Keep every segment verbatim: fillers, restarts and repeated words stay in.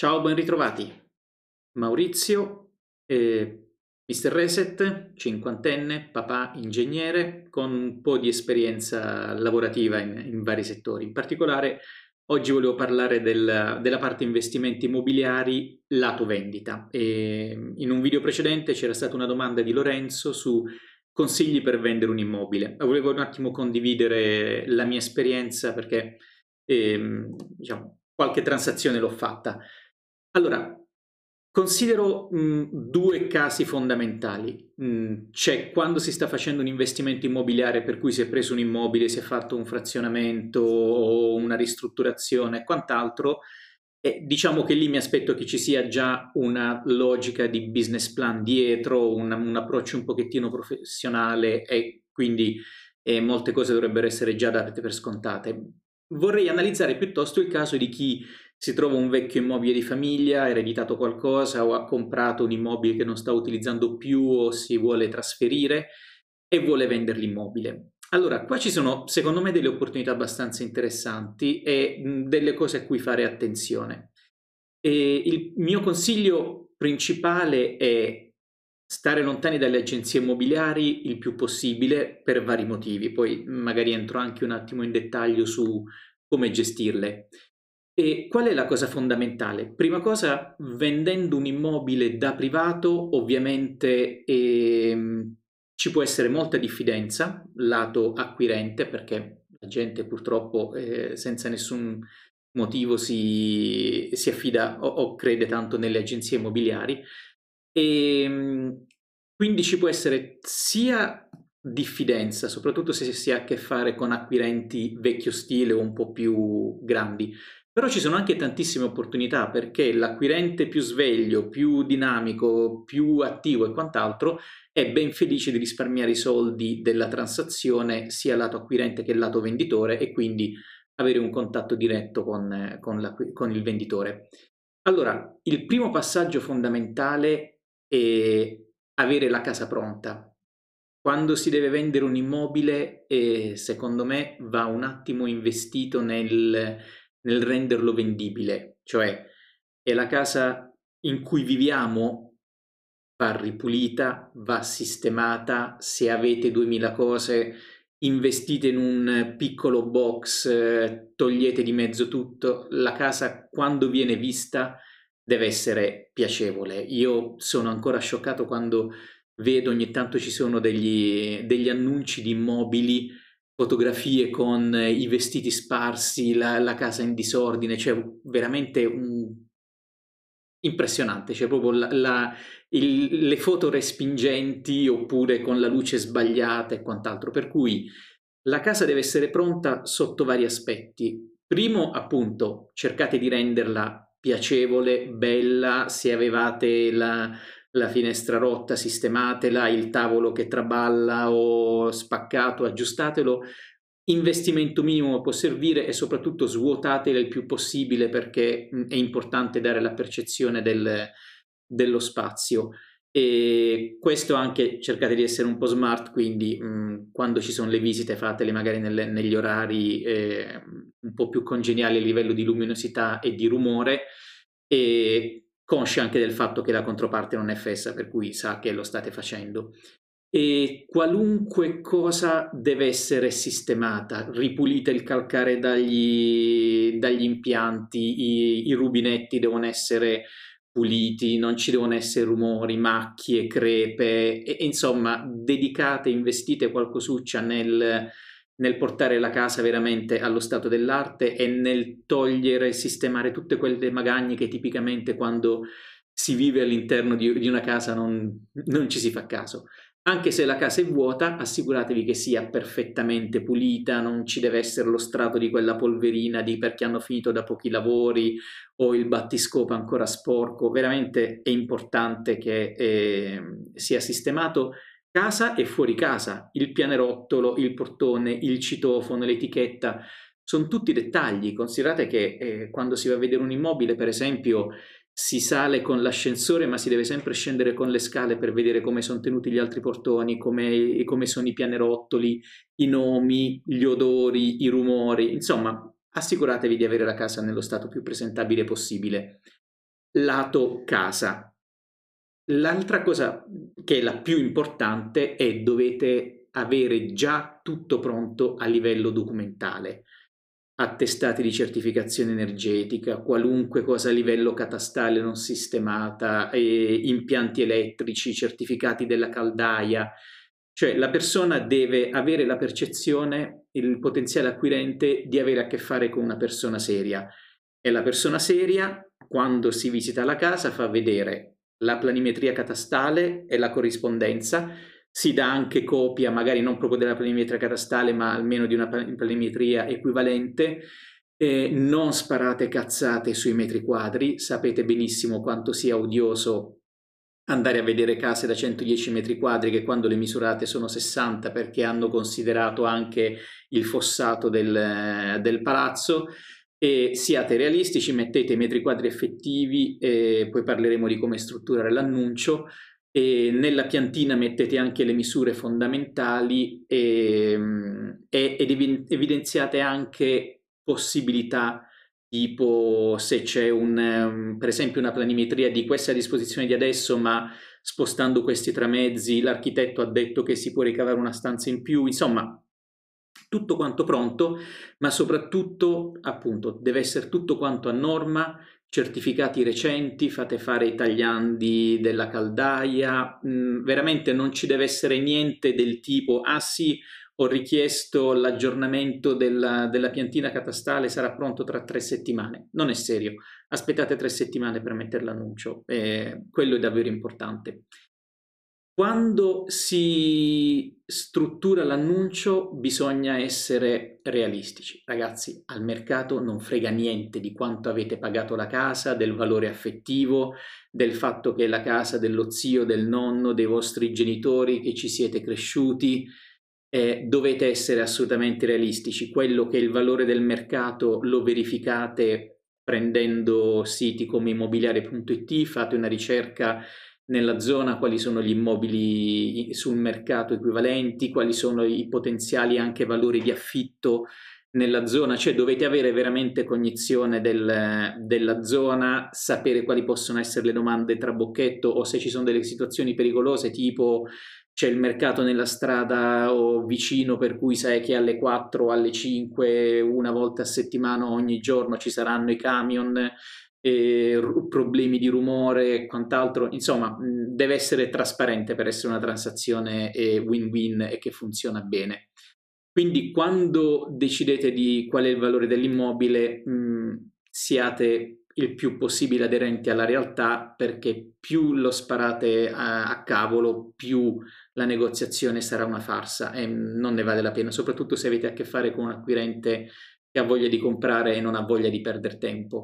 Ciao, ben ritrovati. Maurizio, eh, mister Reset, cinquantenne, papà ingegnere, con un po' di esperienza lavorativa in, in vari settori. In particolare, oggi volevo parlare del- della parte investimenti immobiliari lato vendita. E in un video precedente c'era stata una domanda di Lorenzo su consigli per vendere un immobile. Volevo un attimo condividere la mia esperienza perché, ehm, diciamo, qualche transazione l'ho fatta. Allora, considero mh, due casi fondamentali. Mh, c'è quando si sta facendo un investimento immobiliare per cui si è preso un immobile, si è fatto un frazionamento o una ristrutturazione e quant'altro, e diciamo che lì mi aspetto che ci sia già una logica di business plan dietro, un, un approccio un pochettino professionale e quindi eh, molte cose dovrebbero essere già date per scontate. Vorrei analizzare piuttosto il caso di chi si trova un vecchio immobile di famiglia, ha ereditato qualcosa o ha comprato un immobile che non sta utilizzando più o si vuole trasferire e vuole vendere l'immobile. Allora, qua ci sono secondo me delle opportunità abbastanza interessanti e mh, delle cose a cui fare attenzione. E il mio consiglio principale è stare lontani dalle agenzie immobiliari il più possibile per vari motivi, poi magari entro anche un attimo in dettaglio su come gestirle. E qual è la cosa fondamentale? Prima cosa, vendendo un immobile da privato, ovviamente ehm, ci può essere molta diffidenza lato acquirente, perché la gente purtroppo eh, senza nessun motivo si, si affida o, o crede tanto nelle agenzie immobiliari. E, mh, quindi ci può essere sia diffidenza, soprattutto se si ha a che fare con acquirenti vecchio stile o un po' più grandi. Però ci sono anche tantissime opportunità perché l'acquirente più sveglio, più dinamico, più attivo e quant'altro è ben felice di risparmiare i soldi della transazione sia lato acquirente che lato venditore e quindi avere un contatto diretto con, eh, con l'acqui- con il venditore. Allora, il primo passaggio fondamentale è avere la casa pronta. Quando si deve vendere un immobile, eh, secondo me va un attimo investito nel, nel renderlo vendibile, cioè è la casa in cui viviamo, va ripulita, va sistemata, se avete duemila cose, investite in un piccolo box, eh, togliete di mezzo tutto, la casa quando viene vista deve essere piacevole. Io sono ancora scioccato quando vedo ogni tanto ci sono degli, degli annunci di immobili, fotografie con eh, i vestiti sparsi, la, la casa in disordine, cioè veramente un impressionante, cioè proprio la, la- il- le foto respingenti oppure con la luce sbagliata e quant'altro. Per cui la casa deve essere pronta sotto vari aspetti. Primo, appunto, cercate di renderla piacevole, bella, se avevate la, la finestra rotta, sistematela, il tavolo che traballa o spaccato, aggiustatelo. Investimento minimo può servire e soprattutto svuotatela il più possibile perché mh, è importante dare la percezione del- dello spazio. E questo anche cercate di essere un po' smart, quindi mh, quando ci sono le visite fatele magari nelle- negli orari eh, un po' più congeniali a livello di luminosità e di rumore e consci anche del fatto che la controparte non è fessa, per cui sa che lo state facendo. E qualunque cosa deve essere sistemata, ripulite il calcare dagli, dagli impianti, i, i rubinetti devono essere puliti, non ci devono essere rumori, macchie, crepe, e, e insomma, dedicate, investite qualcosuccia nel, nel portare la casa veramente allo stato dell'arte e nel togliere, sistemare tutte quelle magagne che tipicamente quando si vive all'interno di, di una casa non, non ci si fa caso. Anche se la casa è vuota, assicuratevi che sia perfettamente pulita, non ci deve essere lo strato di quella polverina di perché hanno finito da pochi lavori o il battiscopo ancora sporco. Veramente è importante che eh, sia sistemato casa e fuori casa, il pianerottolo, il portone, il citofono, l'etichetta, sono tutti dettagli. Considerate che eh, quando si va a vedere un immobile, per esempio, si sale con l'ascensore, ma si deve sempre scendere con le scale per vedere come sono tenuti gli altri portoni, come, come sono i pianerottoli, i nomi, gli odori, i rumori. Insomma, assicuratevi di avere la casa nello stato più presentabile possibile. lato casa. L'altra cosa che è la più importante è dovete avere già tutto pronto a livello documentale. Attestati di certificazione energetica, qualunque cosa a livello catastale non sistemata, eh, impianti elettrici, certificati della caldaia. Cioè la persona deve avere la percezione, il potenziale acquirente, di avere a che fare con una persona seria. E la persona seria, quando si visita la casa, fa vedere la planimetria catastale e la corrispondenza, si dà anche copia, magari non proprio della planimetria catastale, ma almeno di una planimetria equivalente. Eh, non sparate cazzate sui metri quadri, sapete benissimo quanto sia odioso andare a vedere case da centodieci metri quadri che quando le misurate sono sessanta, perché hanno considerato anche il fossato del, del palazzo. E siate realistici, mettete i metri quadri effettivi, e poi parleremo di come strutturare l'annuncio. E nella piantina mettete anche le misure fondamentali e, e, ed evidenziate anche possibilità, tipo se c'è un, um, per esempio una planimetria di questa disposizione di adesso, ma spostando questi tramezzi l'architetto ha detto che si può ricavare una stanza in più, insomma tutto quanto pronto, ma soprattutto appunto deve essere tutto quanto a norma, certificati recenti, fate fare i tagliandi della caldaia, mh, veramente non ci deve essere niente del tipo ah sì, ho richiesto l'aggiornamento della, della piantina catastale, sarà pronto tra tre settimane. Non è serio, aspettate tre settimane per mettere l'annuncio, eh, quello è davvero importante. Quando si struttura l'annuncio bisogna essere realistici. Ragazzi, al mercato non frega niente di quanto avete pagato la casa, del valore affettivo, del fatto che è la casa dello zio, del nonno, dei vostri genitori, che ci siete cresciuti. Eh, dovete essere assolutamente realistici. Quello che è il valore del mercato lo verificate prendendo siti come immobiliare punto it, fate una ricerca nella zona, quali sono gli immobili sul mercato equivalenti, quali sono i potenziali anche valori di affitto nella zona, cioè dovete avere veramente cognizione del, della zona, sapere quali possono essere le domande trabocchetto o se ci sono delle situazioni pericolose, tipo c'è il mercato nella strada o vicino per cui sai che alle quattro o alle cinque una volta a settimana ogni giorno ci saranno i camion, e problemi di rumore e quant'altro. Insomma, deve essere trasparente per essere una transazione win-win e che funziona bene. Quindi quando decidete di qual è il valore dell'immobile, mh, siate il più possibile aderenti alla realtà, perché più lo sparate a, a cavolo, più la negoziazione sarà una farsa e non ne vale la pena, soprattutto se avete a che fare con un acquirente che ha voglia di comprare e non ha voglia di perdere tempo.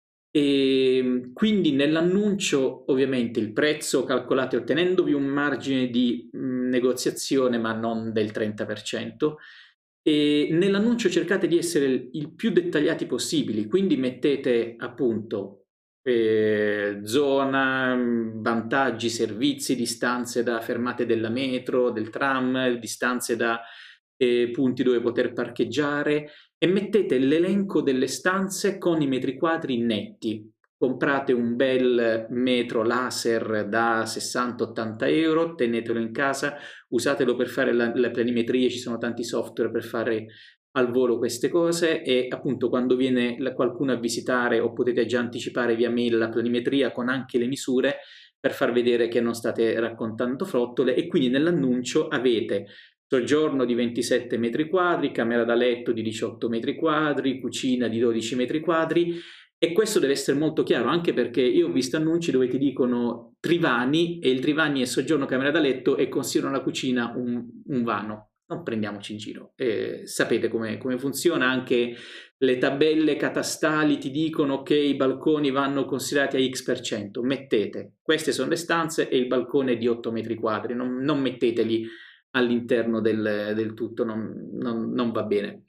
E quindi nell'annuncio ovviamente il prezzo calcolate ottenendovi un margine di mh, negoziazione ma non del trenta per cento, e nell'annuncio cercate di essere il, il più dettagliati possibili, quindi mettete appunto eh, zona, vantaggi, servizi, distanze da fermate della metro, del tram, distanze da eh, punti dove poter parcheggiare, e mettete l'elenco delle stanze con i metri quadri netti. Comprate un bel metro laser da sessanta ottanta euro, tenetelo in casa, usatelo per fare la, la planimetria, ci sono tanti software per fare al volo queste cose, e appunto quando viene qualcuno a visitare o potete già anticipare via mail la planimetria con anche le misure per far vedere che non state raccontando frottole. E quindi nell'annuncio avete soggiorno di ventisette metri quadri, camera da letto di diciotto metri quadri, cucina di dodici metri quadri, e questo deve essere molto chiaro, anche perché io ho visto annunci dove ti dicono Trivani e il Trivani è soggiorno camera da letto e considerano la cucina un, un vano. Non prendiamoci in giro, eh, sapete come, come funziona, anche le tabelle catastali ti dicono che i balconi vanno considerati a X per cento, mettete, queste sono le stanze e il balcone è di otto metri quadri, non, non metteteli all'interno del, del tutto, non, non, non va bene.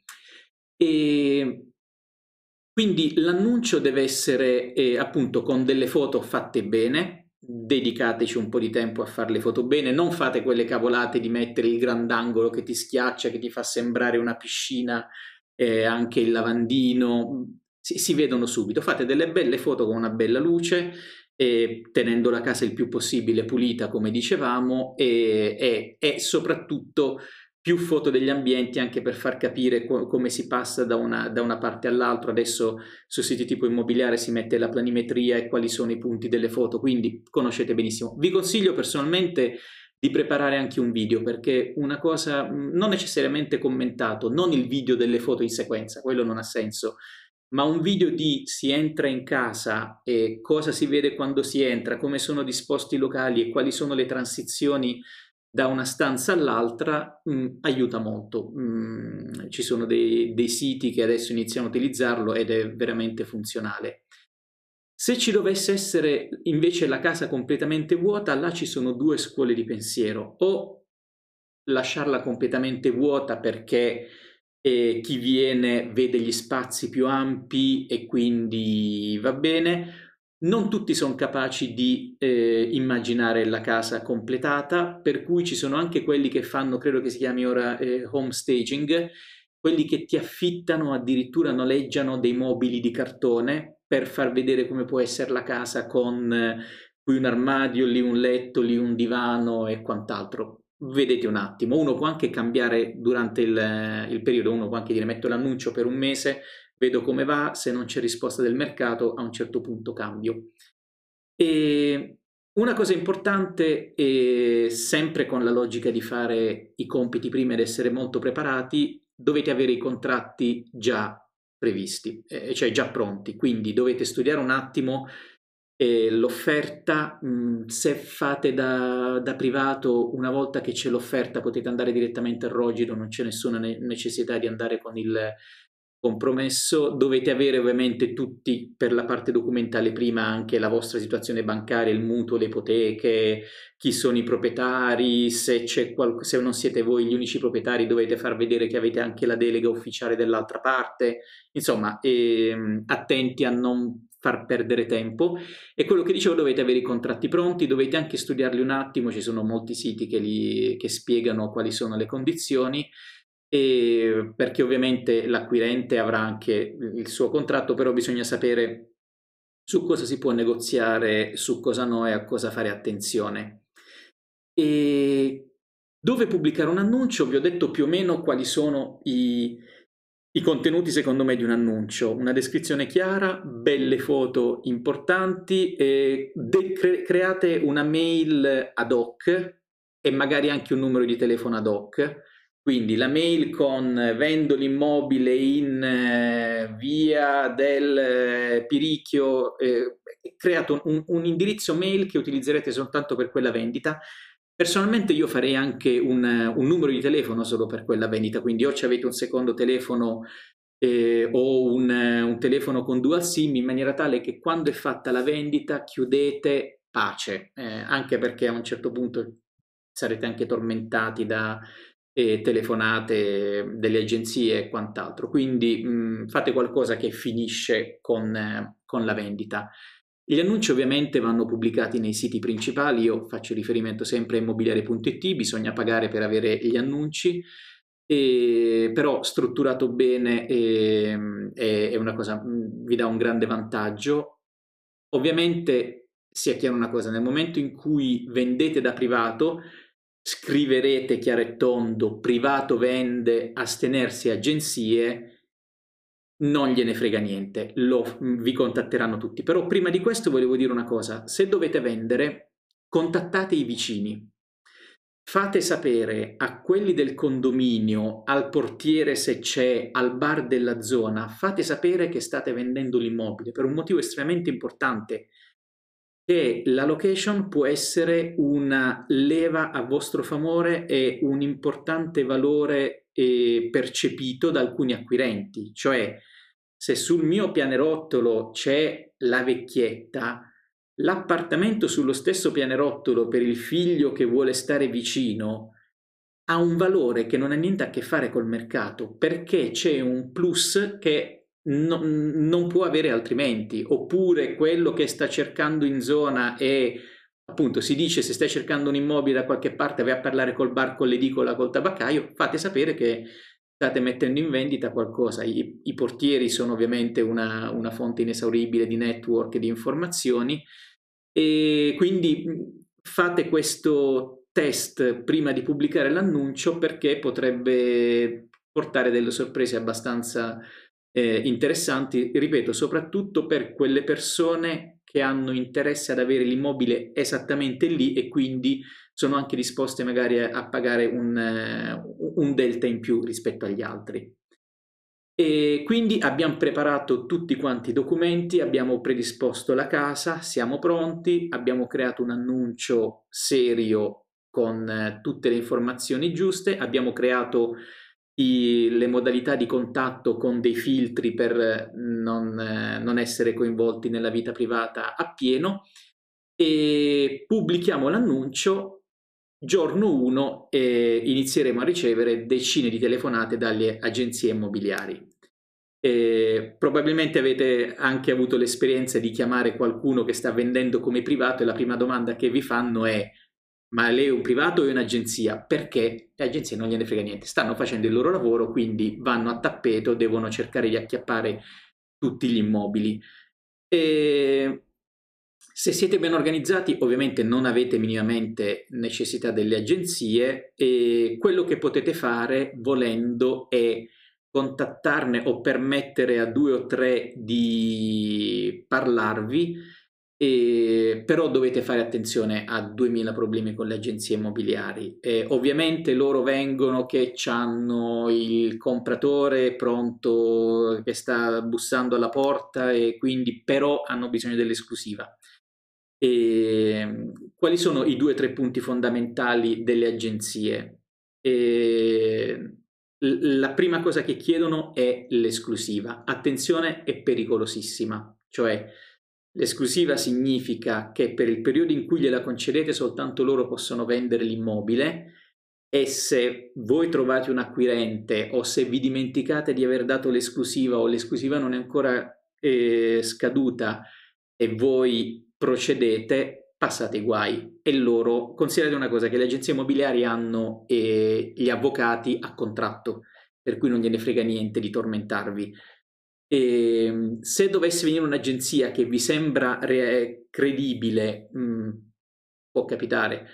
E quindi l'annuncio deve essere eh, appunto con delle foto fatte bene, dedicateci un po' di tempo a fare le foto bene, non fate quelle cavolate di mettere il grandangolo che ti schiaccia, che ti fa sembrare una piscina, eh, anche il lavandino. si, si vedono subito. Fate delle belle foto con una bella luce, e tenendo la casa il più possibile pulita, come dicevamo, e, e, e soprattutto più foto degli ambienti, anche per far capire co come si passa da una, da una parte all'altra. Adesso su siti tipo Immobiliare si mette la planimetria e quali sono i punti delle foto, quindi conoscete benissimo. Vi consiglio personalmente di preparare anche un video, perché una cosa, non necessariamente commentato, non il video delle foto in sequenza, quello non ha senso, ma un video di si entra in casa e cosa si vede quando si entra, come sono disposti i locali e quali sono le transizioni da una stanza all'altra, aiuta molto. Mh, ci sono dei, dei siti che adesso iniziano a utilizzarlo ed è veramente funzionale. Se ci dovesse essere invece la casa completamente vuota, là ci sono due scuole di pensiero: o lasciarla completamente vuota perché e chi viene vede gli spazi più ampi e quindi va bene. Non tutti sono capaci di eh, immaginare la casa completata, per cui ci sono anche quelli che fanno, credo che si chiami ora eh, home staging, quelli che ti affittano, addirittura noleggiano dei mobili di cartone per far vedere come può essere la casa, con eh, qui un armadio, lì un letto, lì un divano e quant'altro. Vedete un attimo, uno può anche cambiare durante il, il periodo, uno può anche dire metto l'annuncio per un mese, vedo come va, se non c'è risposta del mercato a un certo punto cambio. E una cosa importante, è sempre con la logica di fare i compiti prima ed essere molto preparati, dovete avere i contratti già previsti, eh, cioè già pronti, quindi dovete studiare un attimo e l'offerta. Se fate da, da privato, una volta che c'è l'offerta potete andare direttamente al Rogido, non c'è nessuna ne necessità di andare con il compromesso. Dovete avere ovviamente tutti, per la parte documentale prima, anche la vostra situazione bancaria, il mutuo, le ipoteche, chi sono i proprietari, se, c'è se non siete voi gli unici proprietari dovete far vedere che avete anche la delega ufficiale dell'altra parte, insomma ehm, attenti a non far perdere tempo. E quello che dicevo, dovete avere i contratti pronti, dovete anche studiarli un attimo, ci sono molti siti che, li, che spiegano quali sono le condizioni, e perché ovviamente l'acquirente avrà anche il suo contratto, però bisogna sapere su cosa si può negoziare, su cosa no e a cosa fare attenzione. E dove pubblicare un annuncio? Vi ho detto più o meno quali sono i, i contenuti secondo me di un annuncio: una descrizione chiara, belle foto importanti, e cre create una mail ad hoc e magari anche un numero di telefono ad hoc. Quindi la mail con vendo l'immobile in eh, via del eh, Piricchio, eh, create un, un indirizzo mail che utilizzerete soltanto per quella vendita. Personalmente io farei anche un, un numero di telefono solo per quella vendita, quindi o ci avete un secondo telefono eh, o un, un telefono con dual sim, in maniera tale che quando è fatta la vendita chiudete pace, eh, anche perché a un certo punto sarete anche tormentati da eh, telefonate delle agenzie e quant'altro, quindi mh, fate qualcosa che finisce con, eh, con la vendita. Gli annunci ovviamente vanno pubblicati nei siti principali, io faccio riferimento sempre a immobiliare punto it, bisogna pagare per avere gli annunci, e, però strutturato bene è, è, è una cosa, vi dà un grande vantaggio. Ovviamente sia chiaro una cosa: nel momento in cui vendete da privato, scriverete chiaro e tondo privato vende, astenersi agenzie, non gliene frega niente, lo, vi contatteranno tutti. Però prima di questo volevo dire una cosa: se dovete vendere, contattate i vicini, fate sapere a quelli del condominio, al portiere se c'è, al bar della zona, fate sapere che state vendendo l'immobile, per un motivo estremamente importante, che la location può essere una leva a vostro favore e un importante valore eh, percepito da alcuni acquirenti. Cioè, se sul mio pianerottolo c'è la vecchietta, l'appartamento sullo stesso pianerottolo per il figlio che vuole stare vicino ha un valore che non ha niente a che fare col mercato, perché c'è un plus che No, non può avere altrimenti. Oppure quello che sta cercando in zona, e appunto si dice, se stai cercando un immobile da qualche parte vai a parlare col bar, con l'edicola, col tabaccaio, fate sapere che state mettendo in vendita qualcosa. I, i portieri sono ovviamente una, una fonte inesauribile di network e di informazioni, e quindi fate questo test prima di pubblicare l'annuncio, perché potrebbe portare delle sorprese abbastanza eh, interessanti, ripeto, soprattutto per quelle persone che hanno interesse ad avere l'immobile esattamente lì e quindi sono anche disposte magari a, a pagare un, uh, un delta in più rispetto agli altri. E quindi abbiamo preparato tutti quanti i documenti, abbiamo predisposto la casa, siamo pronti, abbiamo creato un annuncio serio con eh, tutte le informazioni giuste, abbiamo creato i, le modalità di contatto con dei filtri per non, eh, non essere coinvolti nella vita privata appieno, e pubblichiamo l'annuncio. Giorno uno eh, inizieremo a ricevere decine di telefonate dalle agenzie immobiliari. Eh, probabilmente avete anche avuto l'esperienza di chiamare qualcuno che sta vendendo come privato e la prima domanda che vi fanno è: ma lei è un privato o è un'agenzia? Perché le agenzie non gliene frega niente, stanno facendo il loro lavoro, quindi vanno a tappeto, devono cercare di acchiappare tutti gli immobili. E se siete ben organizzati, ovviamente non avete minimamente necessità delle agenzie, e quello che potete fare, volendo, è contattarne o permettere a due o tre di parlarvi, e però dovete fare attenzione a duemila problemi con le agenzie immobiliari. E ovviamente loro vengono che hanno il compratore pronto che sta bussando alla porta, e quindi però hanno bisogno dell'esclusiva. E quali sono i due o tre punti fondamentali delle agenzie? E la prima cosa che chiedono è l'esclusiva. Attenzione, è pericolosissima, cioè l'esclusiva significa che per il periodo in cui gliela concedete soltanto loro possono vendere l'immobile, e se voi trovate un acquirente o se vi dimenticate di aver dato l'esclusiva o l'esclusiva non è ancora eh, scaduta e voi procedete, passate i guai. E loro, considerate una cosa, che le agenzie immobiliari hanno eh, gli avvocati a contratto, per cui non gliene frega niente di tormentarvi. E se dovesse venire un'agenzia che vi sembra credibile, mh, può capitare,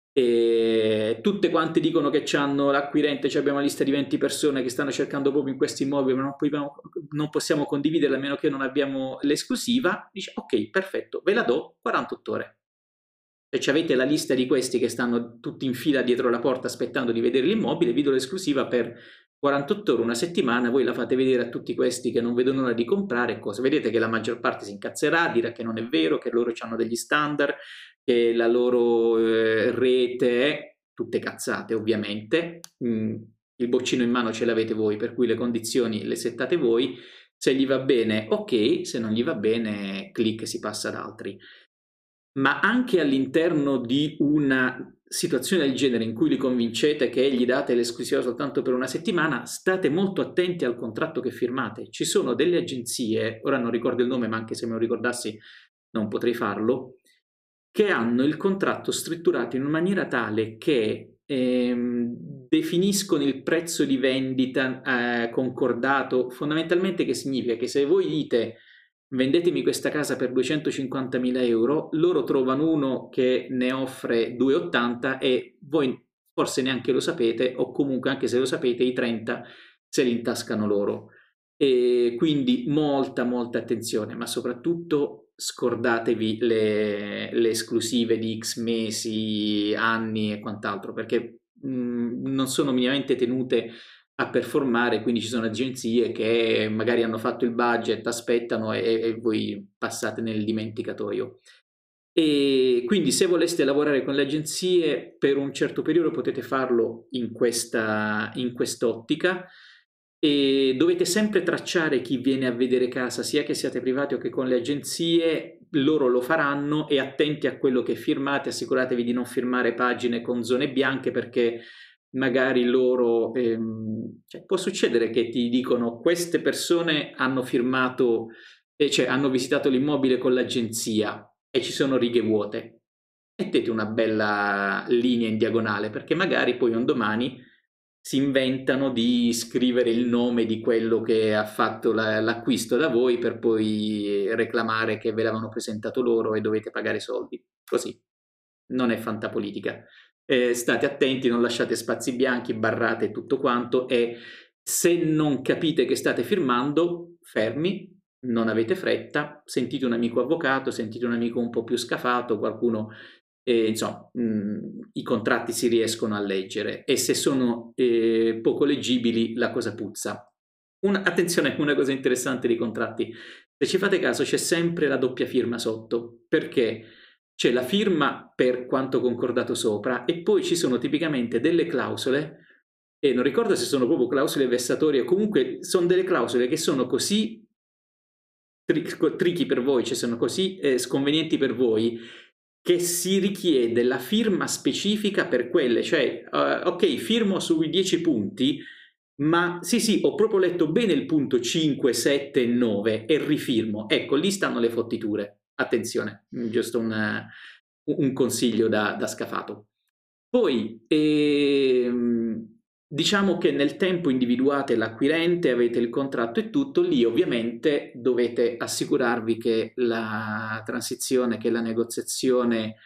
e tutte quante dicono che hanno l'acquirente, cioè abbiamo una lista di venti persone che stanno cercando proprio in questi immobili, ma non, possiamo, non possiamo condividerla a meno che non abbiamo l'esclusiva, dice ok, perfetto, ve la do quarantotto ore. Se avete la lista di questi che stanno tutti in fila dietro la porta aspettando di vedere l'immobile, vi do l'esclusiva per quarantotto ore, una settimana, voi la fate vedere a tutti questi che non vedono l'ora di comprare cose. Vedete che la maggior parte si incazzerà, dirà che non è vero, che loro hanno degli standard, che la loro eh, rete è tutte cazzate, ovviamente. Mm, il boccino in mano ce l'avete voi, per cui le condizioni le settate voi. Se gli va bene, ok, se non gli va bene, clic, si passa ad altri. Ma anche all'interno di una situazione del genere in cui li convincete che gli date l'esclusiva soltanto per una settimana, state molto attenti al contratto che firmate. Ci sono delle agenzie, ora non ricordo il nome, ma anche se me lo ricordassi non potrei farlo, che hanno il contratto strutturato in maniera tale che ehm, definiscono il prezzo di vendita eh, concordato, fondamentalmente, che significa che se voi dite vendetemi questa casa per duecentocinquantamila euro, loro trovano uno che ne offre duecentottanta e voi forse neanche lo sapete, o comunque anche se lo sapete i trenta se li intascano loro. E quindi molta molta attenzione, ma soprattutto scordatevi le, le esclusive di X mesi, anni e quant'altro, perché mh, non sono minimamente tenute a performare, quindi ci sono agenzie che magari hanno fatto il budget, aspettano e, e voi passate nel dimenticatoio. E quindi se voleste lavorare con le agenzie per un certo periodo potete farlo in questa in quest'ottica, e dovete sempre tracciare chi viene a vedere casa, sia che siate privati o che con le agenzie, loro lo faranno, e attenti a quello che firmate, assicuratevi di non firmare pagine con zone bianche, perché magari loro, ehm, cioè, può succedere che ti dicono queste persone hanno firmato, eh, cioè hanno visitato l'immobile con l'agenzia e ci sono righe vuote. Mettete una bella linea in diagonale, perché magari poi un domani si inventano di scrivere il nome di quello che ha fatto la- l'acquisto da voi per poi reclamare che ve l'avevano presentato loro e dovete pagare soldi. Così. Non è fantapolitica. Eh, state attenti, non lasciate spazi bianchi, barrate tutto quanto e se non capite che state firmando, fermi, non avete fretta, sentite un amico avvocato, sentite un amico un po' più scafato, qualcuno, eh, insomma, mh, i contratti si riescono a leggere e se sono eh, poco leggibili la cosa puzza. Un, attenzione, una cosa interessante dei contratti, se ci fate caso c'è sempre la doppia firma sotto, perché c'è la firma per quanto concordato sopra e poi ci sono tipicamente delle clausole, e non ricordo se sono proprio clausole vessatorie, comunque sono delle clausole che sono così tricky per voi, cioè sono così eh, sconvenienti per voi, che si richiede la firma specifica per quelle, cioè uh, ok, firmo sui dieci punti, ma sì sì, ho proprio letto bene il punto cinque, sette e nove e rifirmo. Ecco, lì stanno le fottiture. Attenzione, giusto un, un consiglio da, da scafato. Poi, ehm, diciamo che nel tempo individuate l'acquirente, avete il contratto e tutto, lì ovviamente dovete assicurarvi che la transizione, che la negoziazione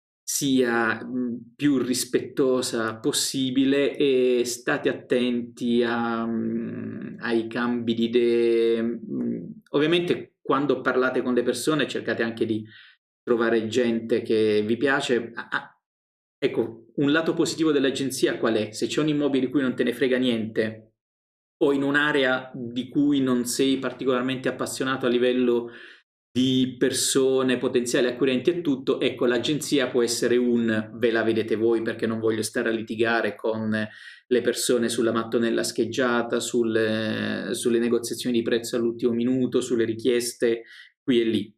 sia mh, più rispettosa possibile e state attenti a, mh, ai cambi di idee. Mh, ovviamente quando parlate con le persone cercate anche di trovare gente che vi piace. Ah, ah, ecco, un lato positivo dell'agenzia qual è? Se c'è un immobile di cui non te ne frega niente o in un'area di cui non sei particolarmente appassionato a livello di persone, potenziali acquirenti e tutto, ecco, l'agenzia può essere un ve la vedete voi perché non voglio stare a litigare con le persone sulla mattonella scheggiata, sulle, sulle negoziazioni di prezzo all'ultimo minuto, sulle richieste qui e lì.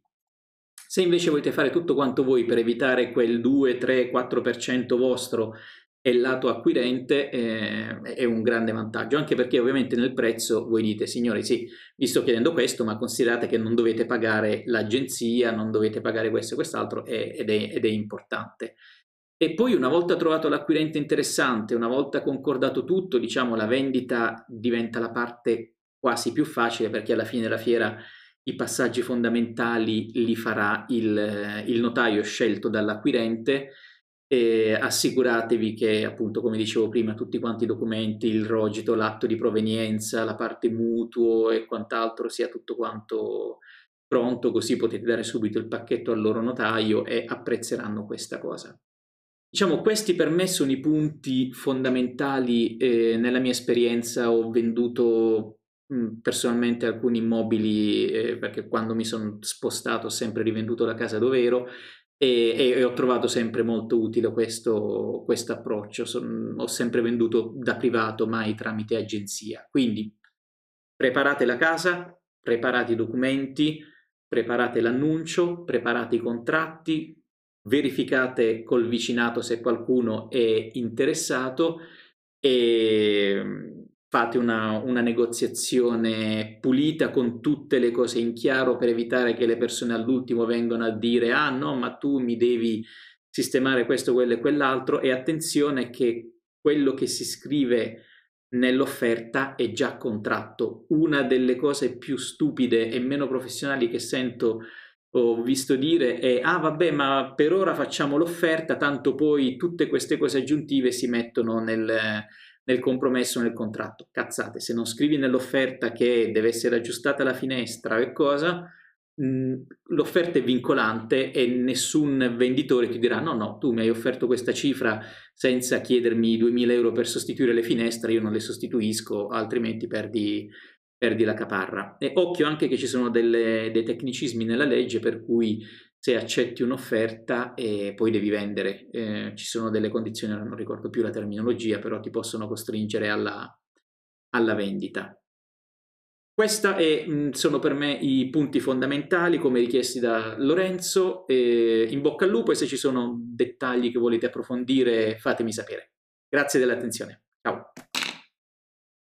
Se invece volete fare tutto quanto voi per evitare quel due, tre, quattro per cento vostro e il lato acquirente, eh, è un grande vantaggio, anche perché ovviamente nel prezzo voi dite, signori sì, vi sto chiedendo questo, ma considerate che non dovete pagare l'agenzia, non dovete pagare questo e quest'altro ed è, ed è importante. E poi una volta trovato l'acquirente interessante, una volta concordato tutto, diciamo la vendita diventa la parte quasi più facile perché alla fine della fiera i passaggi fondamentali li farà il, il notaio scelto dall'acquirente e assicuratevi che, appunto, come dicevo prima, tutti quanti i documenti, il rogito, l'atto di provenienza, la parte mutuo e quant'altro sia tutto quanto pronto, così potete dare subito il pacchetto al loro notaio e apprezzeranno questa cosa. Diciamo, questi per me sono i punti fondamentali. Eh, nella mia esperienza ho venduto mh, personalmente alcuni immobili, eh, perché quando mi sono spostato ho sempre rivenduto la casa dove ero e, e- e ho trovato sempre molto utile questo, questo approccio. Son- ho sempre venduto da privato, mai tramite agenzia. Quindi preparate la casa, preparate i documenti, preparate l'annuncio, preparate i contratti, verificate col vicinato se qualcuno è interessato e fate una, una negoziazione pulita con tutte le cose in chiaro per evitare che le persone all'ultimo vengano a dire ah no, ma tu mi devi sistemare questo, quello e quell'altro, e attenzione che quello che si scrive nell'offerta è già contratto. Una delle cose più stupide e meno professionali che sento ho visto dire è ah vabbè, ma per ora facciamo l'offerta, tanto poi tutte queste cose aggiuntive si mettono nel, nel compromesso, nel contratto. Cazzate, se non scrivi nell'offerta che deve essere aggiustata la finestra e cosa, l'offerta è vincolante e nessun venditore ti dirà no no, tu mi hai offerto questa cifra senza chiedermi duemila euro per sostituire le finestre, io non le sostituisco, altrimenti perdi, perdi la caparra. E occhio anche che ci sono delle, dei tecnicismi nella legge per cui se accetti un'offerta e poi devi vendere, eh, ci sono delle condizioni, non ricordo più la terminologia, però ti possono costringere alla, alla vendita. Questi sono per me i punti fondamentali come richiesti da Lorenzo. Eh, in bocca al lupo e se ci sono dettagli che volete approfondire fatemi sapere. Grazie dell'attenzione.